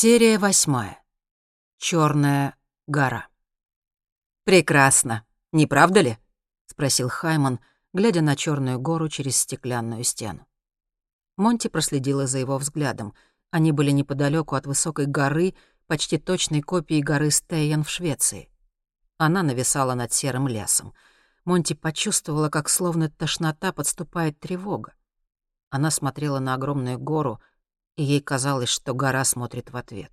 Серия 8. Чёрная гора. «Прекрасно, не правда ли?» — спросил Хайман, глядя на Чёрную гору через стеклянную стену. Монти проследила за его взглядом. Они были неподалёку от высокой горы, почти точной копии горы Стейен в Швеции. Она нависала над серым лесом. Монти почувствовала, как словно тошнота подступает тревога. Она смотрела на огромную гору, и ей казалось, что гора смотрит в ответ.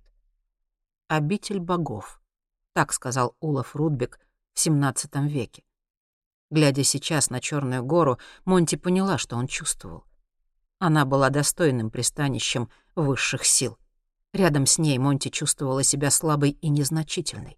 «Обитель богов», — так сказал Улаф Рудбек в XVII веке. Глядя сейчас на Чёрную гору, Монти поняла, что он чувствовал. Она была достойным пристанищем высших сил. Рядом с ней Монти чувствовала себя слабой и незначительной.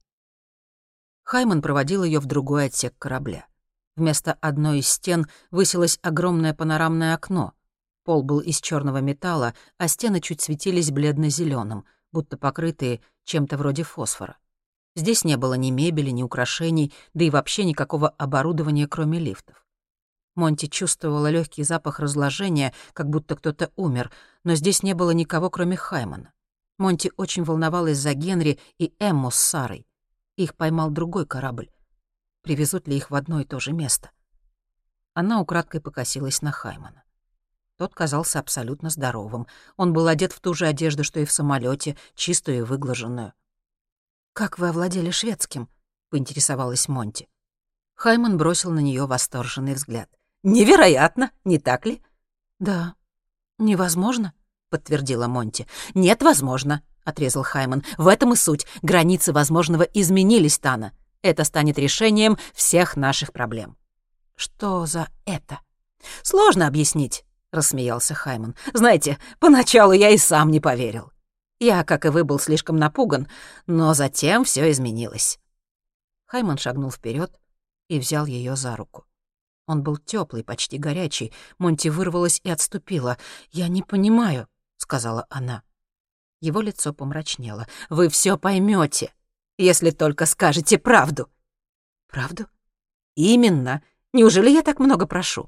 Хайман проводил её в другой отсек корабля. Вместо одной из стен высилось огромное панорамное окно. Пол был из чёрного металла, а стены чуть светились бледно-зелёным, будто покрытые чем-то вроде фосфора. Здесь не было ни мебели, ни украшений, да и вообще никакого оборудования, кроме лифтов. Монти чувствовала лёгкий запах разложения, как будто кто-то умер, но здесь не было никого, кроме Хаймана. Монти очень волновалась за Генри и Эмму с Сарой. Их поймал другой корабль. Привезут ли их в одно и то же место? Она украдкой покосилась на Хаймана. Тот казался абсолютно здоровым. Он был одет в ту же одежду, что и в самолёте, чистую и выглаженную. «Как вы овладели шведским?» — поинтересовалась Монти. Хайман бросил на неё восторженный взгляд. «Невероятно, не так ли?» «Да. Невозможно?» — подтвердила Монти. «Нет, возможно», — отрезал Хайман. «В этом и суть. Границы возможного изменились, Тана. Это станет решением всех наших проблем». «Что за это?» «Сложно объяснить», — рассмеялся Хайман. «Знаете, поначалу я и сам не поверил. Я, как и вы, был слишком напуган, но затем всё изменилось». Хайман шагнул вперёд и взял её за руку. Он был тёплый, почти горячий. Монти вырвалась и отступила. «Я не понимаю», — сказала она. Его лицо помрачнело. «Вы всё поймёте, если только скажете правду». «Правду?» «Именно. Неужели я так много прошу?»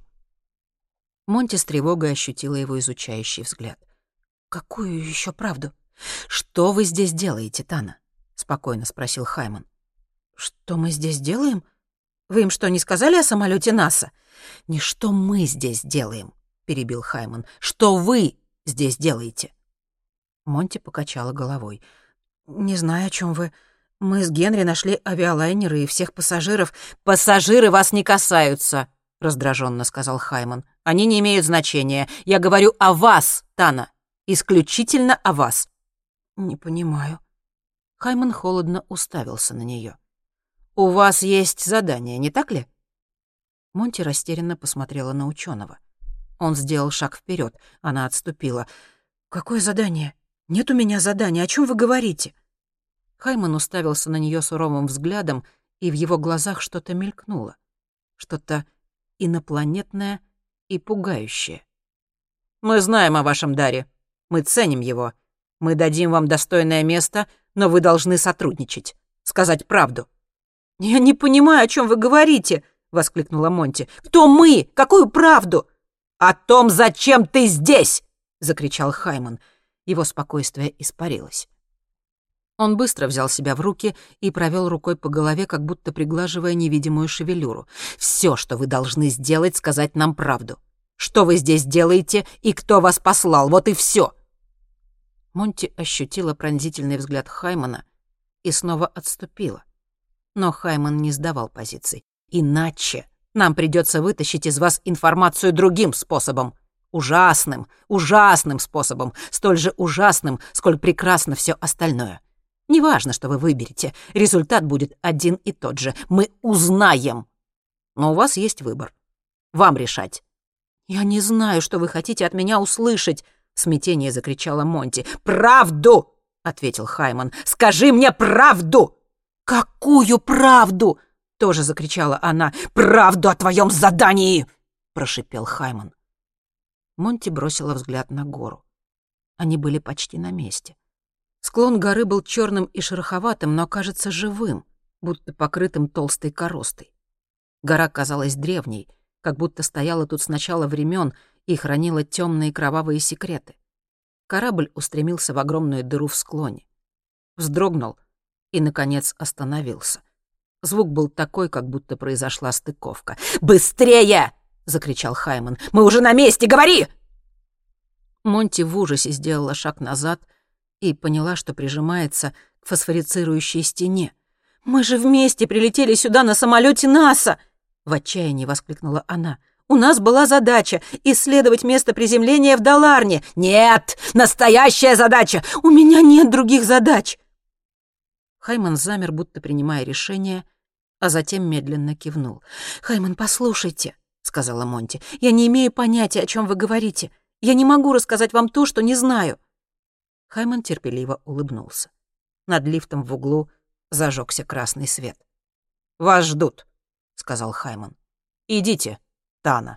Монти с тревогой ощутила его изучающий взгляд. «Какую ещё правду?» «Что вы здесь делаете, Тана?» — спокойно спросил Хайман. «Что мы здесь делаем? Вы им что, не сказали о самолёте НАСА?» «Не что мы здесь делаем», — перебил Хайман. «Что вы здесь делаете?» Монти покачала головой. «Не знаю, о чём вы. Мы с Генри нашли авиалайнеры и всех пассажиров». «Пассажиры вас не касаются», — раздражённо сказал Хайман. «Они не имеют значения. Я говорю о вас, Тана. Исключительно о вас». «Не понимаю». Хайман холодно уставился на неё. «У вас есть задание, не так ли?» Монти растерянно посмотрела на учёного. Он сделал шаг вперёд, она отступила. «Какое задание? Нет у меня задания, о чём вы говорите?» Хайман уставился на неё суровым взглядом, и в его глазах что-то мелькнуло. Что-то инопланетное и пугающее. «Мы знаем о вашем даре. Мы ценим его. Мы дадим вам достойное место, но вы должны сотрудничать, сказать правду». «Я не понимаю, о чём вы говорите», — воскликнула Монти. «Кто мы? Какую правду?» «О том, зачем ты здесь!» — закричал Хайман. Его спокойствие испарилось. Он быстро взял себя в руки и провёл рукой по голове, как будто приглаживая невидимую шевелюру. «Всё, что вы должны сделать, сказать нам правду. Что вы здесь делаете и кто вас послал? Вот и всё!» Монти ощутила пронзительный взгляд Хаймана и снова отступила. Но Хайман не сдавал позиций. «Иначе нам придётся вытащить из вас информацию другим способом. Ужасным, ужасным способом. Столь же ужасным, сколь прекрасно всё остальное. Неважно, что вы выберете. Результат будет один и тот же. Мы узнаем. Но у вас есть выбор. Вам решать». «Я не знаю, что вы хотите от меня услышать», — в смятении закричала Монти. «Правду!» — ответил Хайман. «Скажи мне правду!» «Какую правду?» — тоже закричала она. «Правду о твоём задании!» — прошипел Хайман. Монти бросила взгляд на гору. Они были почти на месте. Склон горы был чёрным и шероховатым, но, кажется, живым, будто покрытым толстой коростой. Гора казалась древней, как будто стояла тут с начала времён и хранила тёмные кровавые секреты. Корабль устремился в огромную дыру в склоне. вздрогнул и, наконец, остановился. Звук был такой, как будто произошла стыковка. «Быстрее!» — закричал Хайман. «Мы уже на месте! Говори!» Монти в ужасе сделала шаг назад и поняла, что прижимается к фосфорицирующей стене. «Мы же вместе прилетели сюда на самолете НАСА!» — в отчаянии воскликнула она. «У нас была задача — исследовать место приземления в Даларне». «Нет! Настоящая задача! У меня нет других задач!» Хайман замер, будто принимая решение, а затем медленно кивнул. «Хайман, послушайте», — сказала Монти, — «я не имею понятия, о чем вы говорите. Я не могу рассказать вам то, что не знаю». Хайман терпеливо улыбнулся. Над лифтом в углу зажегся красный свет. «Вас ждут», — сказал Хайман. «Идите, Тана».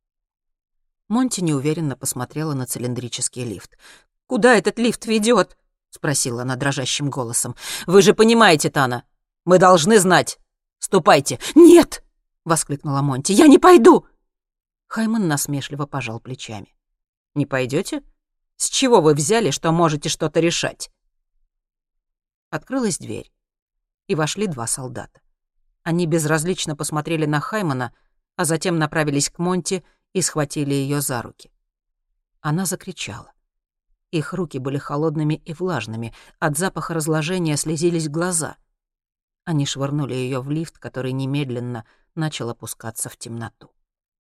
Монти неуверенно посмотрела на цилиндрический лифт. «Куда этот лифт ведет? — спросила она дрожащим голосом. «Вы же понимаете, Тана, мы должны знать. Ступайте». «Нет!» — воскликнула Монти. «Я не пойду!» Хайман насмешливо пожал плечами. «Не пойдете? С чего вы взяли, что можете что-то решать?» Открылась дверь, и вошли два солдата. Они безразлично посмотрели на Хаймана, а затем направились к Монти и схватили ее за руки. Она закричала. Их руки были холодными и влажными, от запаха разложения слезились глаза. Они швырнули ее в лифт, который немедленно начал опускаться в темноту.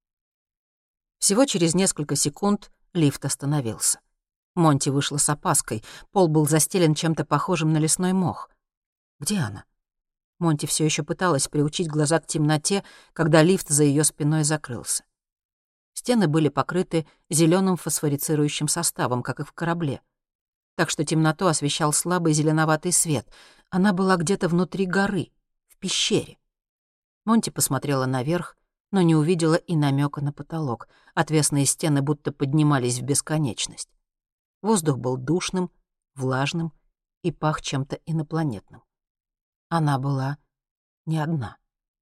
Всего через несколько секунд лифт остановился. Монти вышла с опаской, пол был застелен чем-то похожим на лесной мох. Где она? Монти все еще пыталась приучить глаза к темноте, когда лифт за ее спиной закрылся. Стены были покрыты зеленым фосфорицирующим составом, как и в корабле. Так что темноту освещал слабый зеленоватый свет. Она была где-то внутри горы, в пещере. Монти посмотрела наверх, но не увидела и намека на потолок. Отвесные стены будто поднимались в бесконечность. Воздух был душным, влажным и пах чем-то инопланетным. Она была не одна.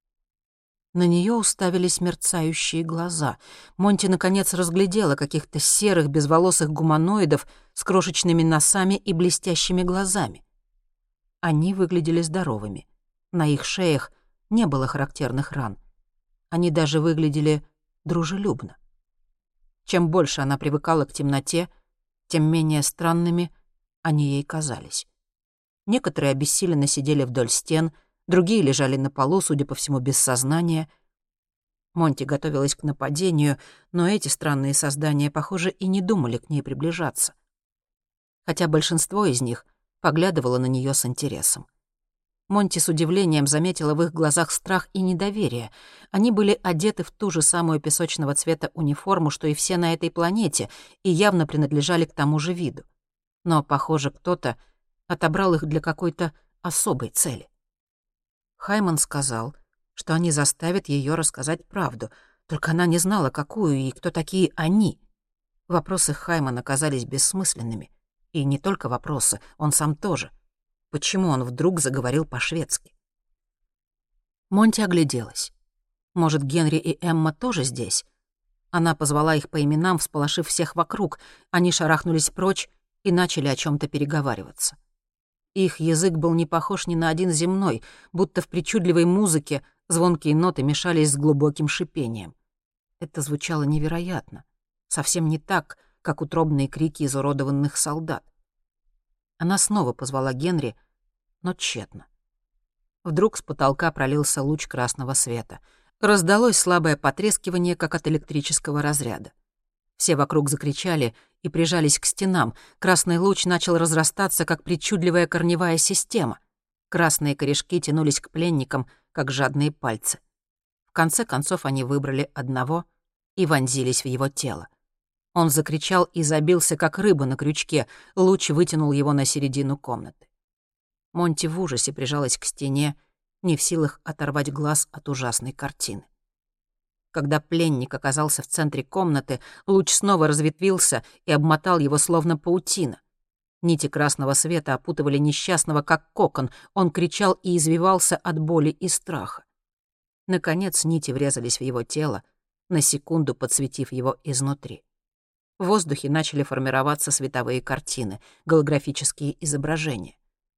На нее уставились мерцающие глаза. Монти наконец разглядела каких-то серых безволосых гуманоидов с крошечными носами и блестящими глазами. Они выглядели здоровыми. На их шеях не было характерных ран. Они даже выглядели дружелюбно. Чем больше она привыкала к темноте, тем менее странными они ей казались. Некоторые обессиленно сидели вдоль стен, другие лежали на полу, судя по всему, без сознания. Монти готовилась к нападению, но эти странные создания, похоже, и не думали к ней приближаться. Хотя большинство из них поглядывало на нее с интересом. Монти с удивлением заметила в их глазах страх и недоверие. Они были одеты в ту же самую песочного цвета униформу, что и все на этой планете, и явно принадлежали к тому же виду. Но, похоже, кто-то отобрал их для какой-то особой цели. Хайман сказал, что они заставят ее рассказать правду, только она не знала, какую и кто такие они. Вопросы Хаймана казались бессмысленными. И не только вопросы, он сам тоже. Почему он вдруг заговорил по-шведски? Монти огляделась. Может, Генри и Эмма тоже здесь? Она позвала их по именам, всполошив всех вокруг. Они шарахнулись прочь и начали о чем то переговариваться. Их язык был не похож ни на один земной, будто в причудливой музыке звонкие ноты мешались с глубоким шипением. Это звучало невероятно. Совсем не так, как утробные крики изуродованных солдат. Она снова позвала Генри, но тщетно. Вдруг с потолка пролился луч красного света. Раздалось слабое потрескивание, как от электрического разряда. Все вокруг закричали и прижались к стенам. Красный луч начал разрастаться, как причудливая корневая система. Красные корешки тянулись к пленникам, как жадные пальцы. В конце концов они выбрали одного и вонзились в его тело. Он закричал и забился, как рыба на крючке. Луч вытянул его на середину комнаты. Монти в ужасе прижалась к стене, не в силах оторвать глаз от ужасной картины. Когда пленник оказался в центре комнаты, луч снова разветвился и обмотал его словно паутина. Нити красного света опутывали несчастного, как кокон. Он кричал и извивался от боли и страха. Наконец нити врезались в его тело, на секунду подсветив его изнутри. В воздухе начали формироваться световые картины, голографические изображения.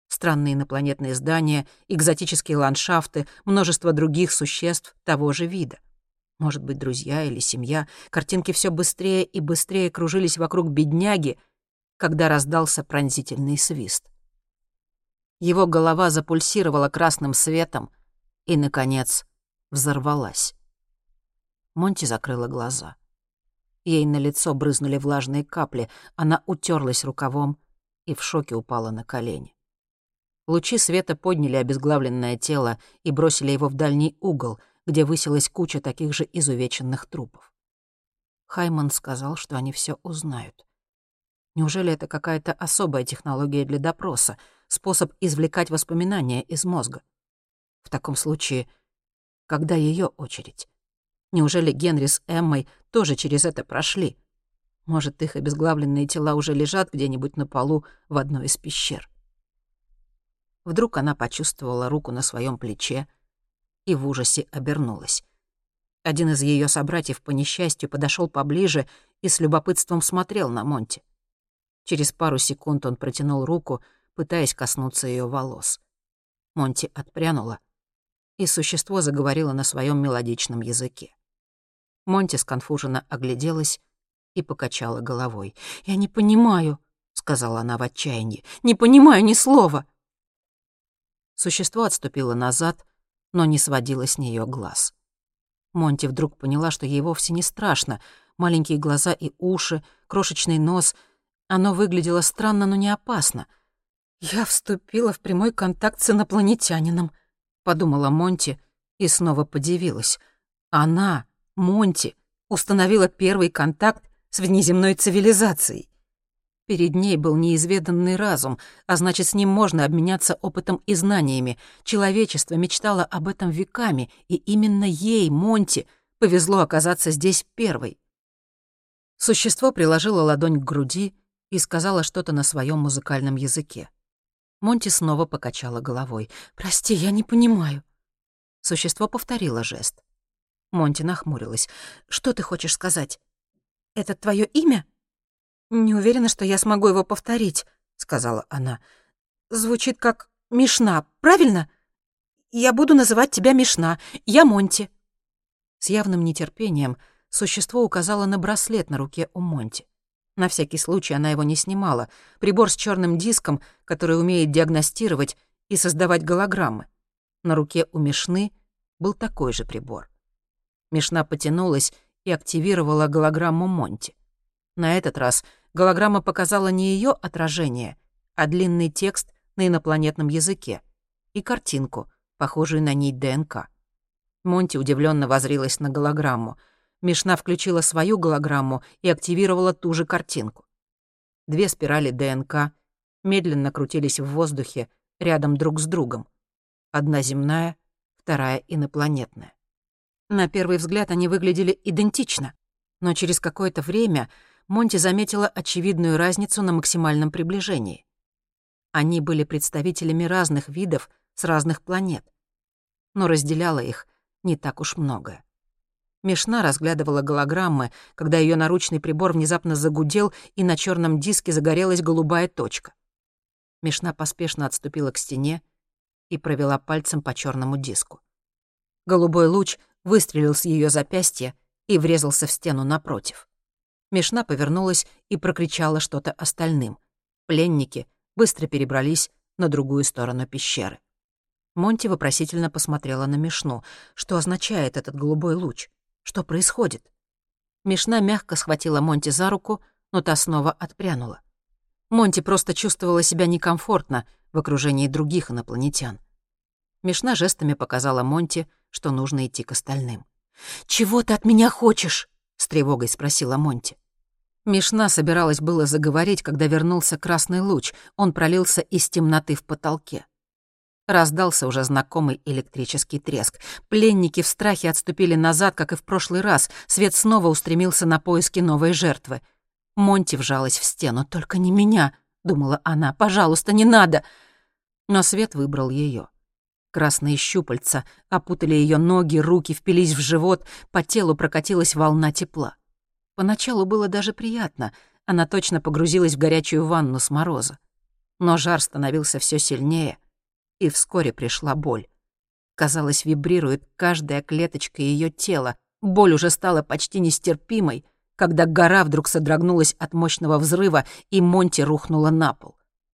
Странные инопланетные здания, экзотические ландшафты, множество других существ того же вида. Может быть, друзья или семья. Картинки все быстрее и быстрее кружились вокруг бедняги, когда раздался пронзительный свист. Его голова запульсировала красным светом и, наконец, взорвалась. Монти закрыла глаза. Ей на лицо брызнули влажные капли, она утерлась рукавом и в шоке упала на колени. Лучи света подняли обезглавленное тело и бросили его в дальний угол, где высилась куча таких же изувеченных трупов. Хайман сказал, что они все узнают. Неужели это какая-то особая технология для допроса, способ извлекать воспоминания из мозга? В таком случае, когда ее очередь? Неужели Генри с Эммой тоже через это прошли? Может, их обезглавленные тела уже лежат где-нибудь на полу в одной из пещер? Вдруг она почувствовала руку на своем плече и в ужасе обернулась. Один из ее собратьев по несчастью подошел поближе и с любопытством смотрел на Монти. Через пару секунд он протянул руку, пытаясь коснуться ее волос. Монти отпрянула, и существо заговорило на своем мелодичном языке. Монти сконфуженно огляделась и покачала головой. «Я не понимаю», — сказала она в отчаянии. «Не понимаю ни слова». Существо отступило назад, но не сводило с нее глаз. Монти вдруг поняла, что ей вовсе не страшно. Маленькие глаза и уши, крошечный нос. Оно выглядело странно, но не опасно. «Я вступила в прямой контакт с инопланетянином», — подумала Монти и снова подивилась. Она, Монти, установила первый контакт с внеземной цивилизацией. Перед ней был неизведанный разум, а значит, с ним можно обменяться опытом и знаниями. Человечество мечтало об этом веками, и именно ей, Монти, повезло оказаться здесь первой. Существо приложило ладонь к груди и сказала что-то на своем музыкальном языке. Монти снова покачала головой. «Прости, я не понимаю». Существо повторило жест. Монти нахмурилась. «Что ты хочешь сказать? Это твое имя?» «Не уверена, что я смогу его повторить», — сказала она. «Звучит как Мишна, правильно? Я буду называть тебя Мишна. Я Монти». С явным нетерпением существо указало на браслет на руке у Монти. На всякий случай она его не снимала. Прибор с черным диском, который умеет диагностировать и создавать голограммы. На руке у Мишны был такой же прибор. Мишна потянулась и активировала голограмму Монти. На этот раз голограмма показала не ее отражение, а длинный текст на инопланетном языке и картинку, похожую на нить ДНК. Монти удивленно воззрилась на голограмму. Мишна включила свою голограмму и активировала ту же картинку. Две спирали ДНК медленно крутились в воздухе рядом друг с другом. Одна земная, вторая инопланетная. На первый взгляд они выглядели идентично, но через какое-то время Монти заметила очевидную разницу на максимальном приближении. Они были представителями разных видов с разных планет, но разделяло их не так уж многое. Мишна разглядывала голограммы, когда ее наручный прибор внезапно загудел, и на черном диске загорелась голубая точка. Мишна поспешно отступила к стене и провела пальцем по черному диску. Голубой луч выстрелил с ее запястья и врезался в стену напротив. Мишна повернулась и прокричала что-то остальным. Пленники быстро перебрались на другую сторону пещеры. Монти вопросительно посмотрела на Мишну. Что означает этот голубой луч? Что происходит? Мишна мягко схватила Монти за руку, но та снова отпрянула. Монти просто чувствовала себя некомфортно в окружении других инопланетян. Мишна жестами показала Монти, что нужно идти к остальным. «Чего ты от меня хочешь?» — с тревогой спросила Монти. Мишна собиралась было заговорить, когда вернулся красный луч. Он пролился из темноты в потолке. Раздался уже знакомый электрический треск. Пленники в страхе отступили назад, как и в прошлый раз. Свет снова устремился на поиски новой жертвы. Монти вжалась в стену. «Только не меня», — думала она. «Пожалуйста, не надо». Но свет выбрал ее. Красные щупальца опутали ее ноги, руки впились в живот, по телу прокатилась волна тепла. Поначалу было даже приятно. Она точно погрузилась в горячую ванну с мороза. Но жар становился все сильнее, и вскоре пришла боль. Казалось, вибрирует каждая клеточка ее тела. Боль уже стала почти нестерпимой, когда гора вдруг содрогнулась от мощного взрыва, и Монти рухнула на пол.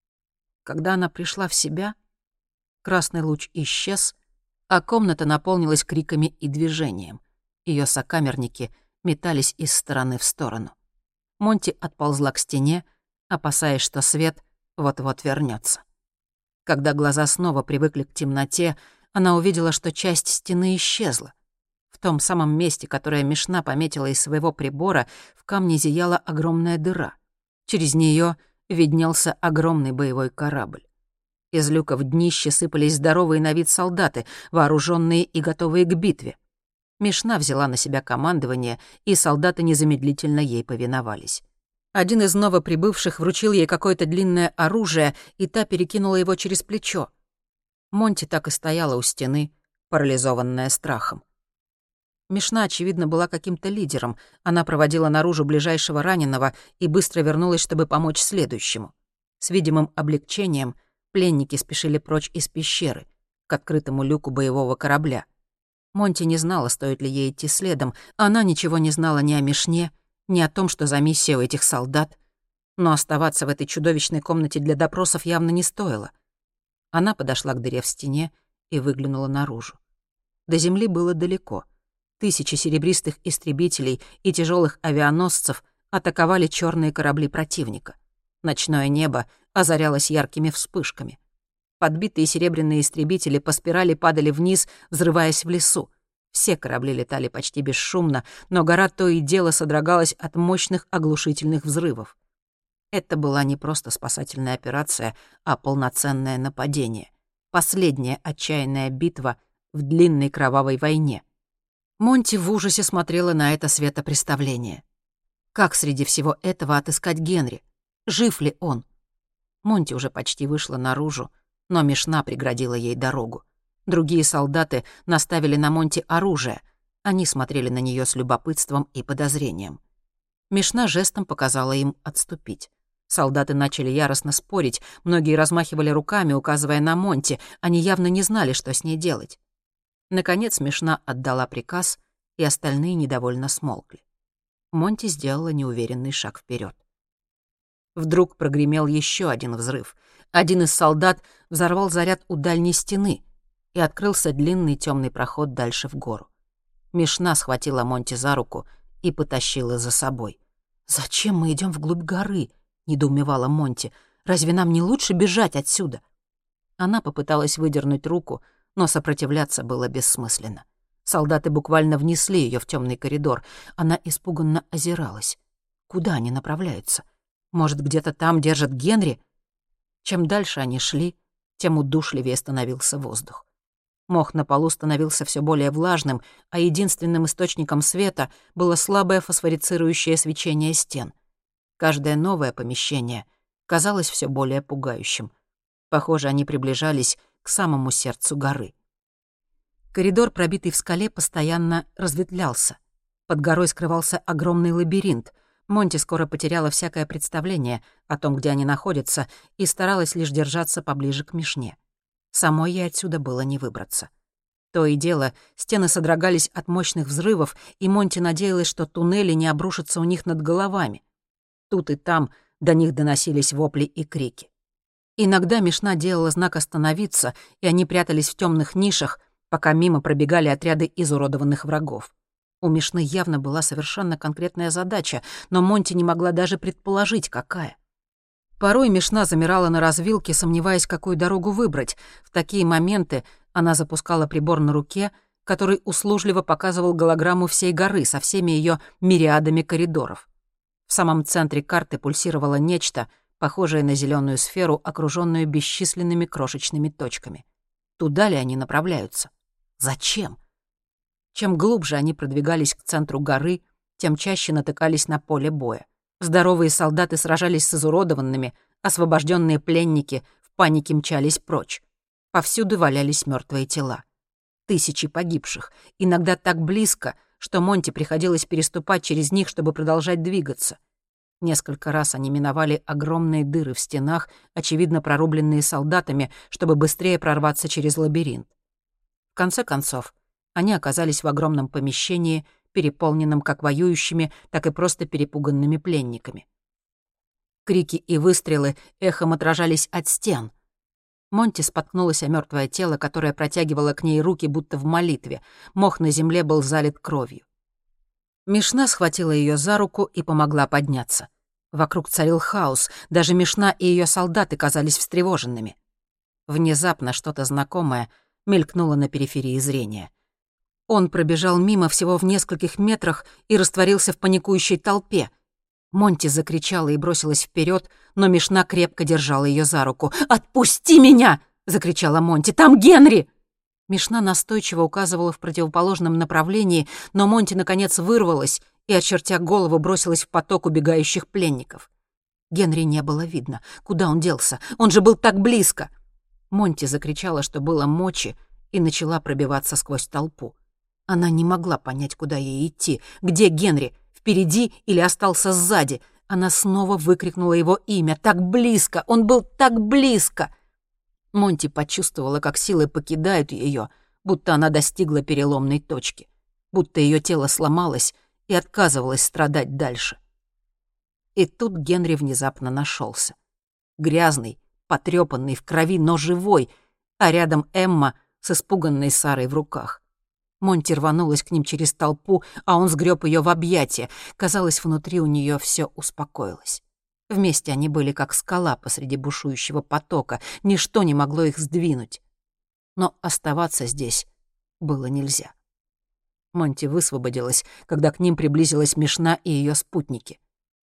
Когда она пришла в себя, красный луч исчез, а комната наполнилась криками и движением. Ее сокамерники метались из стороны в сторону. Монти отползла к стене, опасаясь, что свет вот-вот вернется. Когда глаза снова привыкли к темноте, она увидела, что часть стены исчезла. В том самом месте, которое Мишна пометила из своего прибора, в камне зияла огромная дыра. Через нее виднелся огромный боевой корабль. Из люка в днище сыпались здоровые на вид солдаты, вооруженные и готовые к битве. Мишна взяла на себя командование, и солдаты незамедлительно ей повиновались. Один из новоприбывших вручил ей какое-то длинное оружие, и та перекинула его через плечо. Монти так и стояла у стены, парализованная страхом. Мишна, очевидно, была каким-то лидером. Она проводила наружу ближайшего раненого и быстро вернулась, чтобы помочь следующему. С видимым облегчением пленники спешили прочь из пещеры, к открытому люку боевого корабля. Монти не знала, стоит ли ей идти следом. Она ничего не знала ни о Мишне, ни о том, что за миссия у этих солдат. Но оставаться в этой чудовищной комнате для допросов явно не стоило. Она подошла к дыре в стене и выглянула наружу. До земли было далеко. Тысячи серебристых истребителей и тяжелых авианосцев атаковали черные корабли противника. Ночное небо озарялось яркими вспышками. Подбитые серебряные истребители по спирали падали вниз, взрываясь в лесу. Все корабли летали почти бесшумно, но гора то и дело содрогалась от мощных оглушительных взрывов. Это была не просто спасательная операция, а полноценное нападение. Последняя отчаянная битва в длинной кровавой войне. Монти в ужасе смотрела на это светопреставление. Как среди всего этого отыскать Генри? Жив ли он? Монти уже почти вышла наружу, но Мишна преградила ей дорогу. Другие солдаты наставили на Монти оружие. Они смотрели на нее с любопытством и подозрением. Мишна жестом показала им отступить. Солдаты начали яростно спорить, многие размахивали руками, указывая на Монти. Они явно не знали, что с ней делать. Наконец Мишна отдала приказ, и остальные недовольно смолкли. Монти сделала неуверенный шаг вперед. Вдруг прогремел еще один взрыв. Один из солдат взорвал заряд у дальней стены, и открылся длинный темный проход дальше в гору. Мишна схватила Монти за руку и потащила за собой. «Зачем мы идем вглубь горы?» — недоумевала Монти. «Разве нам не лучше бежать отсюда?» Она попыталась выдернуть руку, но сопротивляться было бессмысленно. Солдаты буквально внесли ее в темный коридор. Она испуганно озиралась. Куда они направляются? Может, где-то там держат Генри? Чем дальше они шли, тем удушливее становился воздух. Мох на полу становился все более влажным, а единственным источником света было слабое фосфорицирующее свечение стен. Каждое новое помещение казалось все более пугающим. Похоже, они приближались к самому сердцу горы. Коридор, пробитый в скале, постоянно разветвлялся. Под горой скрывался огромный лабиринт. Монти скоро потеряла всякое представление о том, где они находятся, и старалась лишь держаться поближе к Мишне. Самой ей отсюда было не выбраться. То и дело, стены содрогались от мощных взрывов, и Монти надеялась, что туннели не обрушатся у них над головами. Тут и там до них доносились вопли и крики. Иногда Мишна делала знак «остановиться», и они прятались в темных нишах, пока мимо пробегали отряды изуродованных врагов. У Мишны явно была совершенно конкретная задача, но Монти не могла даже предположить, какая. Порой Мишна замирала на развилке, сомневаясь, какую дорогу выбрать. В такие моменты она запускала прибор на руке, который услужливо показывал голограмму всей горы со всеми ее мириадами коридоров. В самом центре карты пульсировало нечто, похожее на зеленую сферу, окруженную бесчисленными крошечными точками. Туда ли они направляются? Зачем? Чем глубже они продвигались к центру горы, тем чаще натыкались на поле боя. Здоровые солдаты сражались с изуродованными, освобожденные пленники в панике мчались прочь. Повсюду валялись мертвые тела. Тысячи погибших, иногда так близко, что Монти приходилось переступать через них, чтобы продолжать двигаться. Несколько раз они миновали огромные дыры в стенах, очевидно прорубленные солдатами, чтобы быстрее прорваться через лабиринт. В конце концов, они оказались в огромном помещении, переполненном как воюющими, так и просто перепуганными пленниками. Крики и выстрелы эхом отражались от стен. Монти споткнулась о мертвое тело, которое протягивало к ней руки, будто в молитве. Мох на земле был залит кровью. Мишна схватила ее за руку и помогла подняться. Вокруг царил хаос, даже Мишна и ее солдаты казались встревоженными. Внезапно что-то знакомое мелькнуло на периферии зрения. Он пробежал мимо всего в нескольких метрах и растворился в паникующей толпе. Монти закричала и бросилась вперед, но Мишна крепко держала ее за руку. «Отпусти меня!» — закричала Монти. «Там Генри!» Мишна настойчиво указывала в противоположном направлении, но Монти, наконец, вырвалась и, очертя голову, бросилась в поток убегающих пленников. Генри не было видно. Куда он делся? Он же был так близко! Монти закричала, что было мочи, и начала пробиваться сквозь толпу. Она не могла понять, куда ей идти. Где Генри? Впереди или остался сзади? Она снова выкрикнула его имя. Так близко! Он был так близко! Монти почувствовала, как силы покидают ее, будто она достигла переломной точки, будто ее тело сломалось и отказывалось страдать дальше. И тут Генри внезапно нашелся. Грязный, потрепанный, в крови, но живой, а рядом Эмма с испуганной Сарой в руках. Монти рванулась к ним через толпу, а он сгреб ее в объятия. Казалось, внутри у нее все успокоилось. Вместе они были как скала посреди бушующего потока. Ничто не могло их сдвинуть. Но оставаться здесь было нельзя. Монти высвободилась, когда к ним приблизилась Мишна и ее спутники.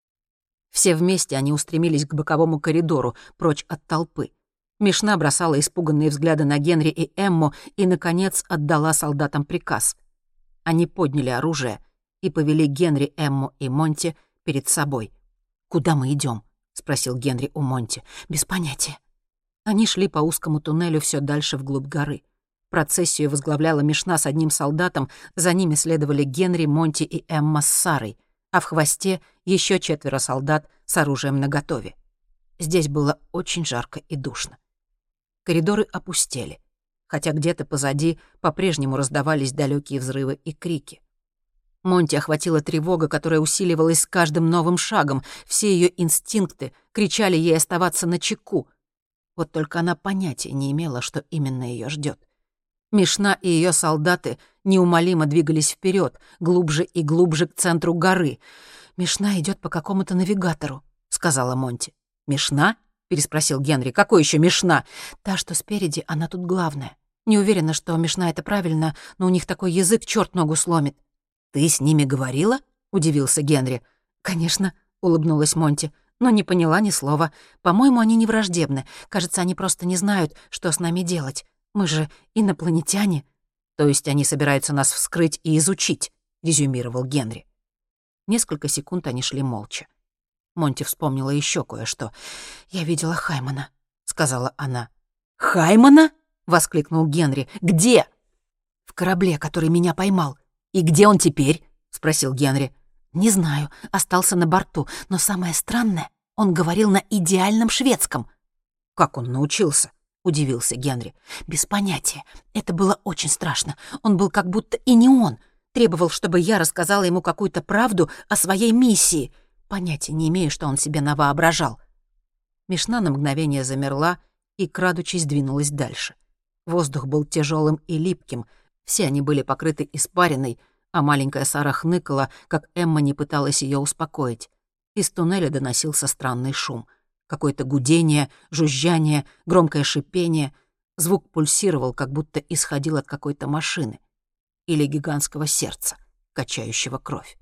Все вместе они устремились к боковому коридору, прочь от толпы. Мишна бросала испуганные взгляды на Генри и Эмму и, наконец, отдала солдатам приказ. Они подняли оружие и повели Генри, Эмму и Монти перед собой. «Куда мы идем? Спросил Генри у Монти. «Без понятия». Они шли по узкому туннелю все дальше вглубь горы. Процессию возглавляла Мишна с одним солдатом, за ними следовали Генри, Монти и Эмма с Сарой, а в хвосте еще 4 солдат с оружием наготове. Здесь было очень жарко и душно. Коридоры опустели, хотя где-то позади по-прежнему раздавались далекие взрывы и крики. Монти охватила тревога, которая усиливалась с каждым новым шагом. Все ее инстинкты кричали ей оставаться начеку. Вот только она понятия не имела, что именно ее ждет. Мишна и ее солдаты неумолимо двигались вперед, глубже и глубже к центру горы. «Мишна идет по какому-то навигатору», — сказала Монти. «Мишна?» — переспросил Генри. «Какой еще Мишна?» «Та, что спереди, она тут главная. Не уверена, что Мишна — это правильно, но у них такой язык, черт ногу сломит». «Ты с ними говорила?» — удивился Генри. «Конечно», — улыбнулась Монти, но не поняла ни слова. «По-моему, они не враждебны. Кажется, они просто не знают, что с нами делать. Мы же инопланетяне». «То есть они собираются нас вскрыть и изучить», — резюмировал Генри. Несколько секунд они шли молча. Монти вспомнила еще кое-что. «Я видела Хаймана», — сказала она. «Хаймана?» — воскликнул Генри. «Где?» «В корабле, который меня поймал». «И где он теперь?» — спросил Генри. «Не знаю, остался на борту, но самое странное, он говорил на идеальном шведском». «Как он научился?» — удивился Генри. «Без понятия. Это было очень страшно. Он был как будто и не он. Требовал, чтобы я рассказала ему какую-то правду о своей миссии. Понятия не имею, что он себе навоображал». Мишна на мгновение замерла и, крадучись, двинулась дальше. Воздух был тяжелым и липким. Все они были покрыты испариной, а маленькая Сара хныкала, как Эмма не пыталась ее успокоить. Из туннеля доносился странный шум. Какое-то гудение, жужжание, громкое шипение. Звук пульсировал, как будто исходил от какой-то машины или гигантского сердца, качающего кровь.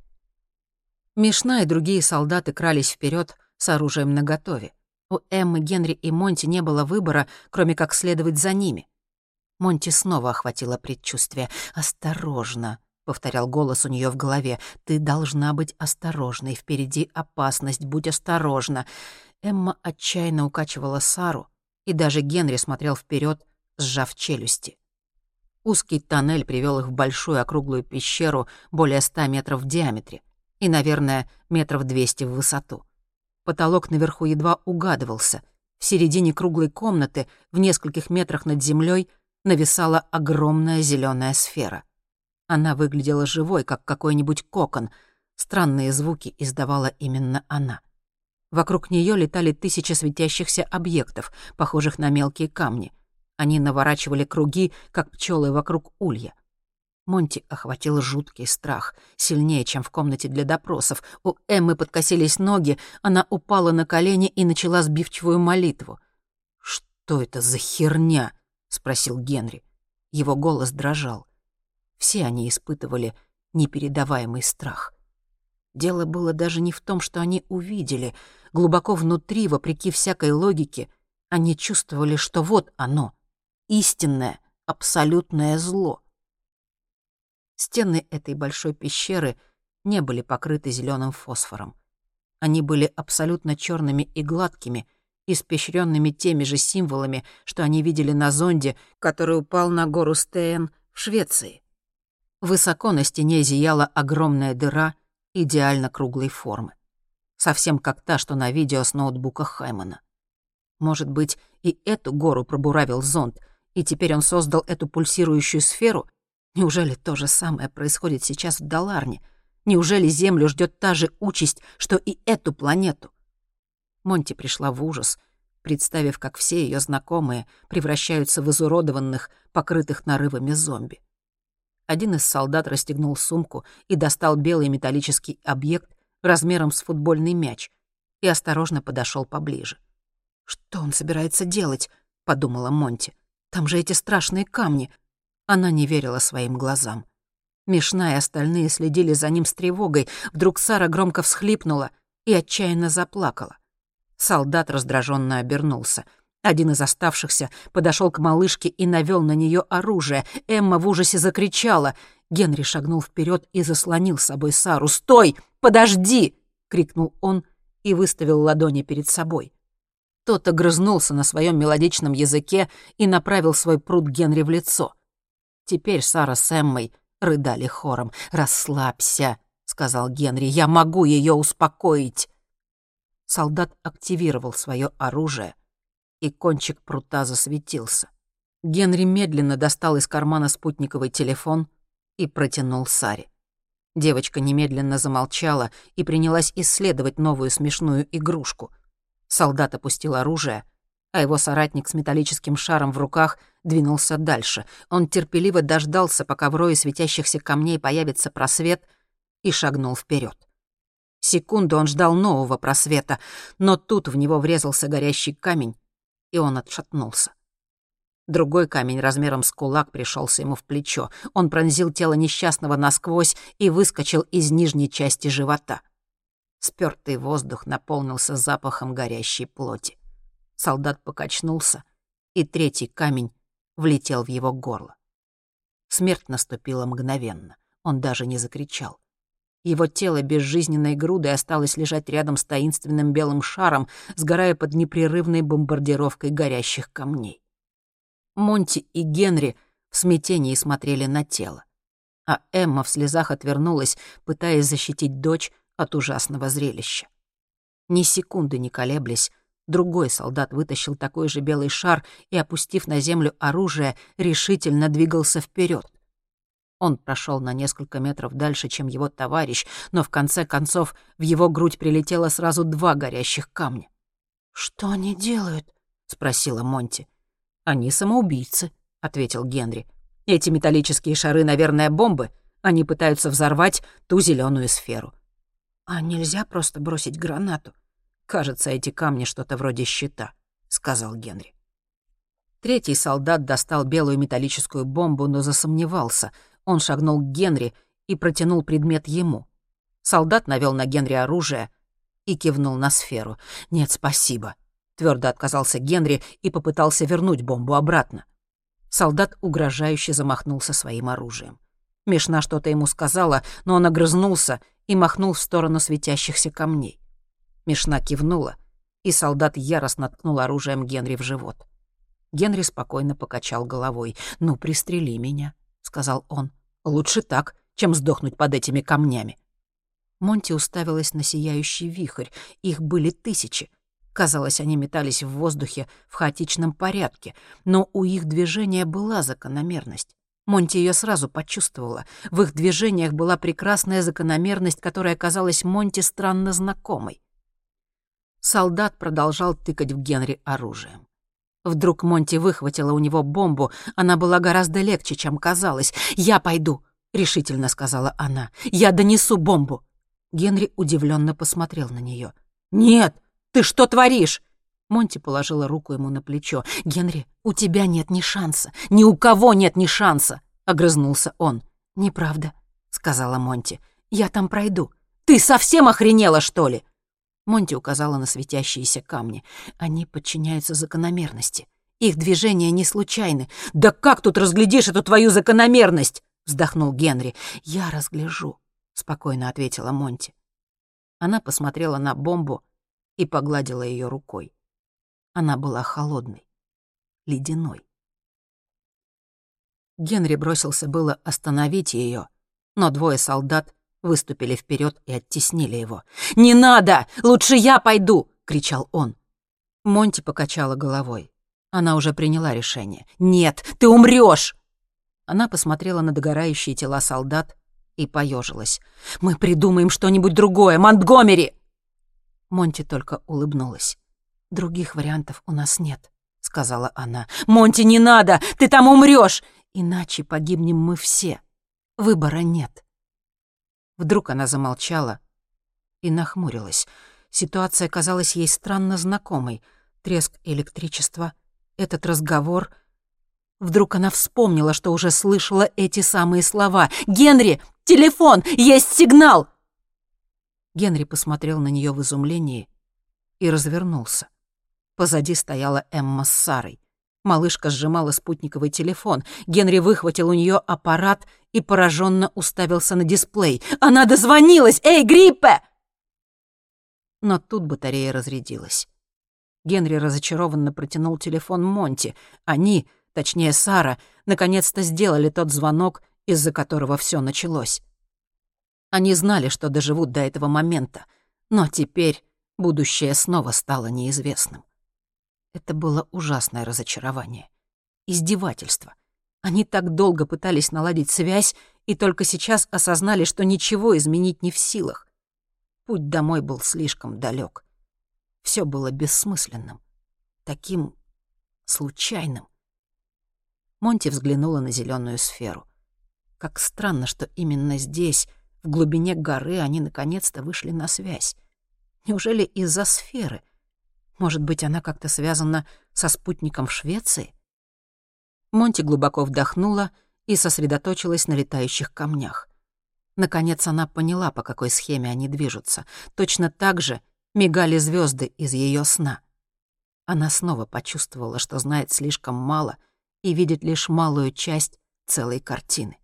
Мишна и другие солдаты крались вперед с оружием наготове. У Эммы, Генри и Монти не было выбора, кроме как следовать за ними. Монти снова охватило предчувствие. «Осторожно», — повторял голос у нее в голове. «Ты должна быть осторожной. Впереди опасность. Будь осторожна». Эмма отчаянно укачивала Сару, и даже Генри смотрел вперед, сжав челюсти. Узкий тоннель привел их в большую округлую пещеру более 100 метров в диаметре и, наверное, метров 200 в высоту. Потолок наверху едва угадывался. В середине круглой комнаты, в нескольких метрах над землей, нависала огромная зеленая сфера. Она выглядела живой, как какой-нибудь кокон. Странные звуки издавала именно она. Вокруг нее летали тысячи светящихся объектов, похожих на мелкие камни. Они наворачивали круги, как пчелы вокруг улья. Монти охватил жуткий страх, сильнее, чем в комнате для допросов. У Эммы подкосились ноги, она упала на колени и начала сбивчивую молитву. «Что это за херня?» — спросил Генри. Его голос дрожал. Все они испытывали непередаваемый страх. Дело было даже не в том, что они увидели. Глубоко внутри, вопреки всякой логике, они чувствовали, что вот оно, истинное, абсолютное зло. Стены этой большой пещеры не были покрыты зеленым фосфором. Они были абсолютно черными и гладкими, испещренными теми же символами, что они видели на зонде, который упал на гору Стейн в Швеции. Высоко на стене зияла огромная дыра идеально круглой формы. Совсем как та, что на видео с ноутбука Хаймана. Может быть, и эту гору пробуравил зонд, и теперь он создал эту пульсирующую сферу? Неужели то же самое происходит сейчас в Даларне? Неужели Землю ждет та же участь, что и эту планету? Монти пришла в ужас, представив, как все ее знакомые превращаются в изуродованных, покрытых нарывами зомби. Один из солдат расстегнул сумку и достал белый металлический объект размером с футбольный мяч и осторожно подошел поближе. «Что он собирается делать?» — подумала Монти. «Там же эти страшные камни». Она не верила своим глазам. Мишна и остальные следили за ним с тревогой. Вдруг Сара громко всхлипнула и отчаянно заплакала. Солдат раздраженно обернулся. Один из оставшихся подошел к малышке и навел на нее оружие. Эмма в ужасе закричала. Генри шагнул вперед и заслонил с собой Сару. «Стой! Подожди!» — крикнул он и выставил ладони перед собой. Тот огрызнулся на своем мелодичном языке и направил свой прут Генри в лицо. Теперь Сара с Эммой рыдали хором. «Расслабься», — сказал Генри, — «я могу ее успокоить». Солдат активировал свое оружие, и кончик прута засветился. Генри медленно достал из кармана спутниковый телефон и протянул Саре. Девочка немедленно замолчала и принялась исследовать новую смешную игрушку. Солдат опустил оружие, а его соратник с металлическим шаром в руках двинулся дальше. Он терпеливо дождался, пока в рое светящихся камней появится просвет, и шагнул вперед. Секунду он ждал нового просвета, но тут в него врезался горящий камень, и он отшатнулся. Другой камень размером с кулак пришелся ему в плечо. Он пронзил тело несчастного насквозь и выскочил из нижней части живота. Спёртый воздух наполнился запахом горящей плоти. Солдат покачнулся, и третий камень влетел в его горло. Смерть наступила мгновенно. Он даже не закричал. Его тело безжизненной грудой осталось лежать рядом с таинственным белым шаром, сгорая под непрерывной бомбардировкой горящих камней. Монти и Генри в смятении смотрели на тело, а Эмма в слезах отвернулась, пытаясь защитить дочь от ужасного зрелища. Ни секунды не колеблясь, другой солдат вытащил такой же белый шар и, опустив на землю оружие, решительно двигался вперед. Он прошел на несколько метров дальше, чем его товарищ, но в конце концов в его грудь прилетело сразу 2 горящих камня. «Что они делают?» — спросила Монти. «Они самоубийцы», — ответил Генри. «Эти металлические шары, наверное, бомбы. Они пытаются взорвать ту зеленую сферу». «А нельзя просто бросить гранату?» «Кажется, эти камни что-то вроде щита», — сказал Генри. Третий солдат достал белую металлическую бомбу, но засомневался. Он шагнул к Генри и протянул предмет ему. Солдат навел на Генри оружие и кивнул на сферу. «Нет, спасибо», — твердо отказался Генри и попытался вернуть бомбу обратно. Солдат угрожающе замахнулся своим оружием. Мишна что-то ему сказала, но он огрызнулся и махнул в сторону светящихся камней. Мишна кивнула, и солдат яростно ткнул оружием Генри в живот. Генри спокойно покачал головой. «Ну, пристрели меня», — сказал он. «Лучше так, чем сдохнуть под этими камнями». Монти уставилась на сияющий вихрь. Их были тысячи. Казалось, они метались в воздухе в хаотичном порядке, но у их движения была закономерность. Монти ее сразу почувствовала. В их движениях была прекрасная закономерность, которая казалась Монти странно знакомой. Солдат продолжал тыкать в Генри оружием. Вдруг Монти выхватила у него бомбу. Она была гораздо легче, чем казалось. «Я пойду», — решительно сказала она. «Я донесу бомбу». Генри удивленно посмотрел на нее. «Нет, ты что творишь?» Монти положила руку ему на плечо. «Генри, у тебя нет ни шанса. Ни у кого нет ни шанса!» — огрызнулся он. «Неправда», — сказала Монти. «Я там пройду». «Ты совсем охренела, что ли?» Монти указала на светящиеся камни. «Они подчиняются закономерности. Их движения не случайны». «Да как тут разглядишь эту твою закономерность?» — вздохнул Генри. «Я разгляжу», — спокойно ответила Монти. Она посмотрела на бомбу и погладила ее рукой. Она была холодной, ледяной. Генри бросился было остановить ее, но двое солдат выступили вперед и оттеснили его. «Не надо! Лучше я пойду!» — кричал он. Монти покачала головой. Она уже приняла решение. «Нет, ты умрёшь!» Она посмотрела на догорающие тела солдат и поежилась. «Мы придумаем что-нибудь другое, Монтгомери!» Монти только улыбнулась. «Других вариантов у нас нет», — сказала она. «Монти, не надо! Ты там умрёшь! Иначе погибнем мы все. Выбора нет». Вдруг она замолчала и нахмурилась. Ситуация казалась ей странно знакомой. Треск электричества, этот разговор. Вдруг она вспомнила, что уже слышала эти самые слова. «Генри! Телефон! Есть сигнал!» Генри посмотрел на нее в изумлении и развернулся. Позади стояла Эмма с Сарой. Малышка сжимала спутниковый телефон. Генри выхватил у нее аппарат и пораженно уставился на дисплей. «Она дозвонилась! Эй, Гриппе!» Но тут батарея разрядилась. Генри разочарованно протянул телефон Монти. Они, точнее Сара, наконец-то сделали тот звонок, из-за которого все началось. Они знали, что доживут до этого момента, но теперь будущее снова стало неизвестным. Это было ужасное разочарование. Издевательство. Они так долго пытались наладить связь и только сейчас осознали, что ничего изменить не в силах. Путь домой был слишком далек. Все было бессмысленным, таким случайным. Монти взглянула на зеленую сферу. Как странно, что именно здесь, в глубине горы, они наконец-то вышли на связь. Неужели из-за сферы? Может быть, она как-то связана со спутником в Швеции? Монти глубоко вдохнула и сосредоточилась на летающих камнях. Наконец она поняла, по какой схеме они движутся. Точно так же мигали звезды из ее сна. Она снова почувствовала, что знает слишком мало и видит лишь малую часть целой картины.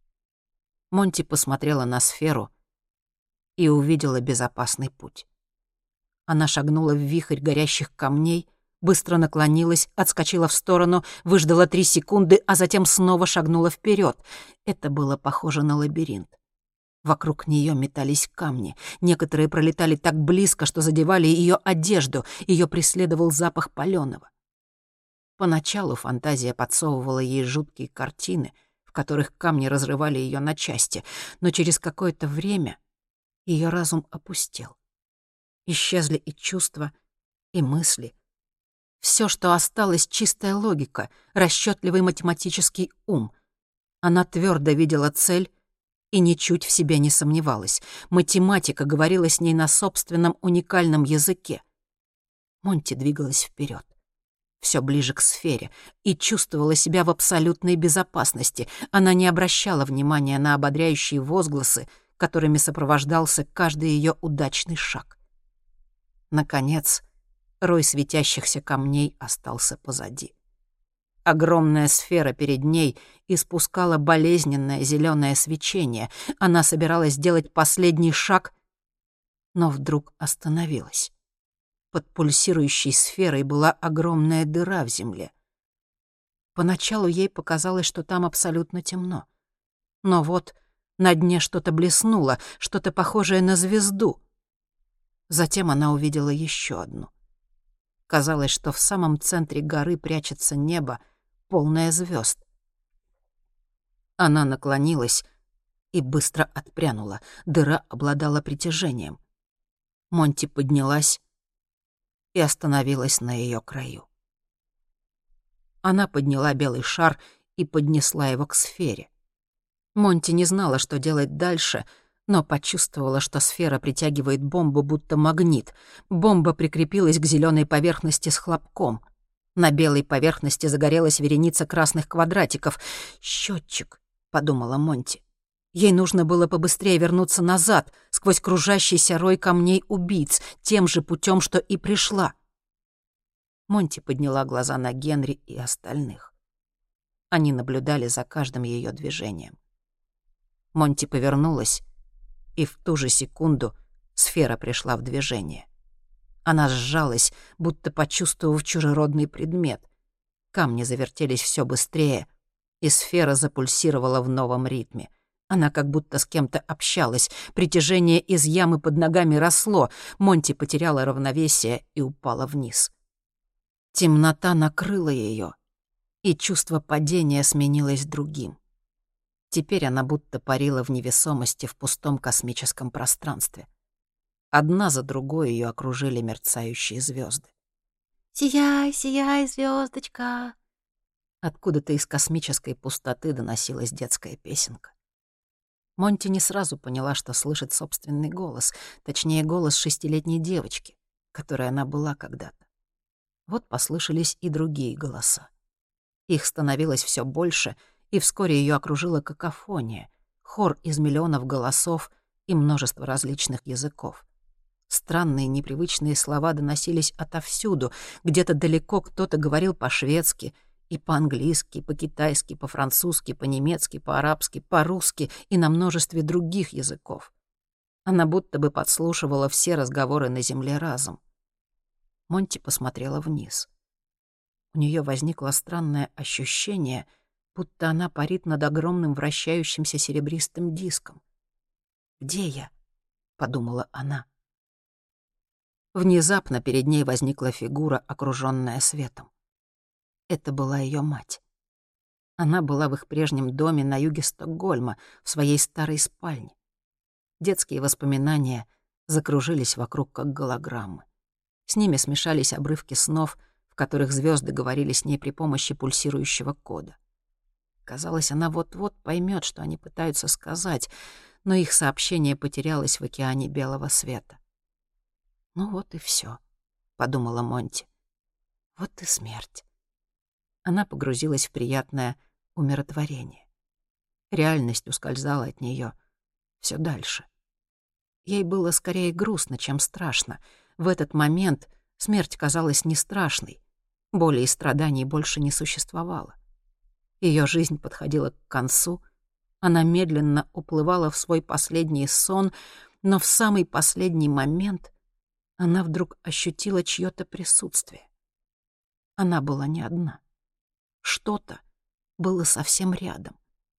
Монти посмотрела на сферу и увидела безопасный путь. Она шагнула в вихрь горящих камней, быстро наклонилась, отскочила в сторону, выждала 3 секунды, а затем снова шагнула вперед. Это было похоже на лабиринт. Вокруг нее метались камни. Некоторые пролетали так близко, что задевали ее одежду. Ее преследовал запах палёного. Поначалу фантазия подсовывала ей жуткие картины, в которых камни разрывали ее на части, но через какое-то время ее разум опустел. Исчезли и чувства, и мысли. Все, что осталось, чистая логика, расчетливый математический ум. Она твердо видела цель и ничуть в себе не сомневалась. Математика говорила с ней на собственном уникальном языке. Монти двигалась вперед, все ближе к сфере, и чувствовала себя в абсолютной безопасности. Она не обращала внимания на ободряющие возгласы, которыми сопровождался каждый ее удачный шаг. Наконец, рой светящихся камней остался позади. Огромная сфера перед ней испускала болезненное зеленое свечение. Она собиралась сделать последний шаг, но вдруг остановилась. Под пульсирующей сферой была огромная дыра в земле. Поначалу ей показалось, что там абсолютно темно. Но вот На дне что-то блеснуло, что-то похожее на звезду. Затем она увидела еще одну. Казалось, что в самом центре горы прячется небо, полное звезд. Она наклонилась и быстро отпрянула. Дыра обладала притяжением. Монти поднялась и остановилась на ее краю. Она подняла белый шар и поднесла его к сфере. Монти не знала, что делать дальше, но почувствовала, что сфера притягивает бомбу, будто магнит. Бомба прикрепилась к зеленой поверхности с хлопком. На белой поверхности загорелась вереница красных квадратиков. «Счётчик», — подумала Монти. Ей нужно было побыстрее вернуться назад, сквозь кружащийся рой камней убийц, тем же путем, что и пришла. Монти подняла глаза на Генри и остальных. Они наблюдали за каждым ее движением. Монти повернулась, и в ту же секунду сфера пришла в движение. Она сжалась, будто почувствовав чужеродный предмет. Камни завертелись все быстрее, и сфера запульсировала в новом ритме. Она как будто с кем-то общалась. Притяжение из ямы под ногами росло. Монти потеряла равновесие и упала вниз. Темнота накрыла ее, и чувство падения сменилось другим. Теперь она будто парила в невесомости в пустом космическом пространстве. Одна за другой ее окружили мерцающие звезды. «Сияй, сияй, звездочка!» Откуда-то из космической пустоты доносилась детская песенка. Монти не сразу поняла, что слышит собственный голос, точнее, голос 6-летней девочки, которой она была когда-то. Вот послышались и другие голоса. Их становилось все больше, и вскоре ее окружила какофония, хор из миллионов голосов и множество различных языков. Странные непривычные слова доносились отовсюду. Где-то далеко кто-то говорил по-шведски, и по-английски, и по-китайски, по-французски, по-немецки, по-арабски, по-русски и на множестве других языков. Она будто бы подслушивала все разговоры на земле разом. Монти посмотрела вниз. У нее возникло странное ощущение, будто она парит над огромным вращающимся серебристым диском. «Где я?» — подумала она. Внезапно перед ней возникла фигура, окружённая светом. Это была ее мать. Она была в их прежнем доме на юге Стокгольма, в своей старой спальне. Детские воспоминания закружились вокруг, как голограммы. С ними смешались обрывки снов, в которых звезды говорили с ней при помощи пульсирующего кода. Казалось, она вот-вот поймет, что они пытаются сказать, но их сообщение потерялось в океане белого света. «Ну вот и все, подумала Монти. «Вот и смерть». Она погрузилась в приятное умиротворение. Реальность ускользала от нее все дальше. Ей было скорее грустно, чем страшно. В этот момент смерть казалась не страшной. Боли и страданий больше не существовало. Ее жизнь подходила к концу. Она медленно уплывала в свой последний сон, но в самый последний момент она вдруг ощутила чьё-то присутствие. Она была не одна. Что-то было совсем рядом.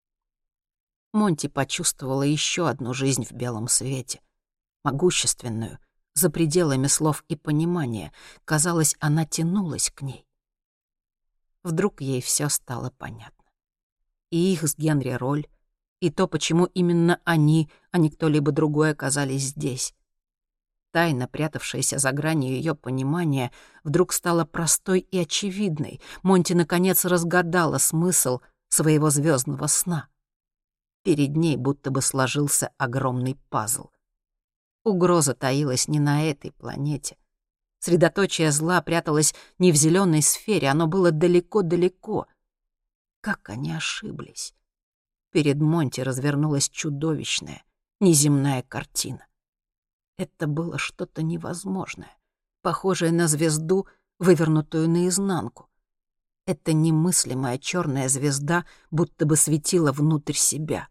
Монти почувствовала еще одну жизнь в белом свете. Могущественную, за пределами слов и понимания. Казалось, она тянулась к ней. Вдруг ей все стало понятно. И их с Генри роль, и то, почему именно они, а не кто-либо другой, оказались здесь. Тайна, прятавшаяся за гранью ее понимания, вдруг стала простой и очевидной. Монти, наконец, разгадала смысл своего звездного сна. Перед ней будто бы сложился огромный пазл. Угроза таилась не на этой планете. Средоточие зла пряталось не в зеленой сфере, оно было далеко-далеко. Как они ошиблись. Перед Монти развернулась чудовищная, неземная картина. Это было что-то невозможное, похожее на звезду, вывернутую наизнанку. Эта немыслимая черная звезда будто бы светила внутрь себя.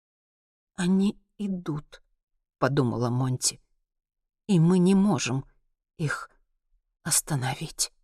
«Они идут», — подумала Монти, — «и мы не можем их остановить».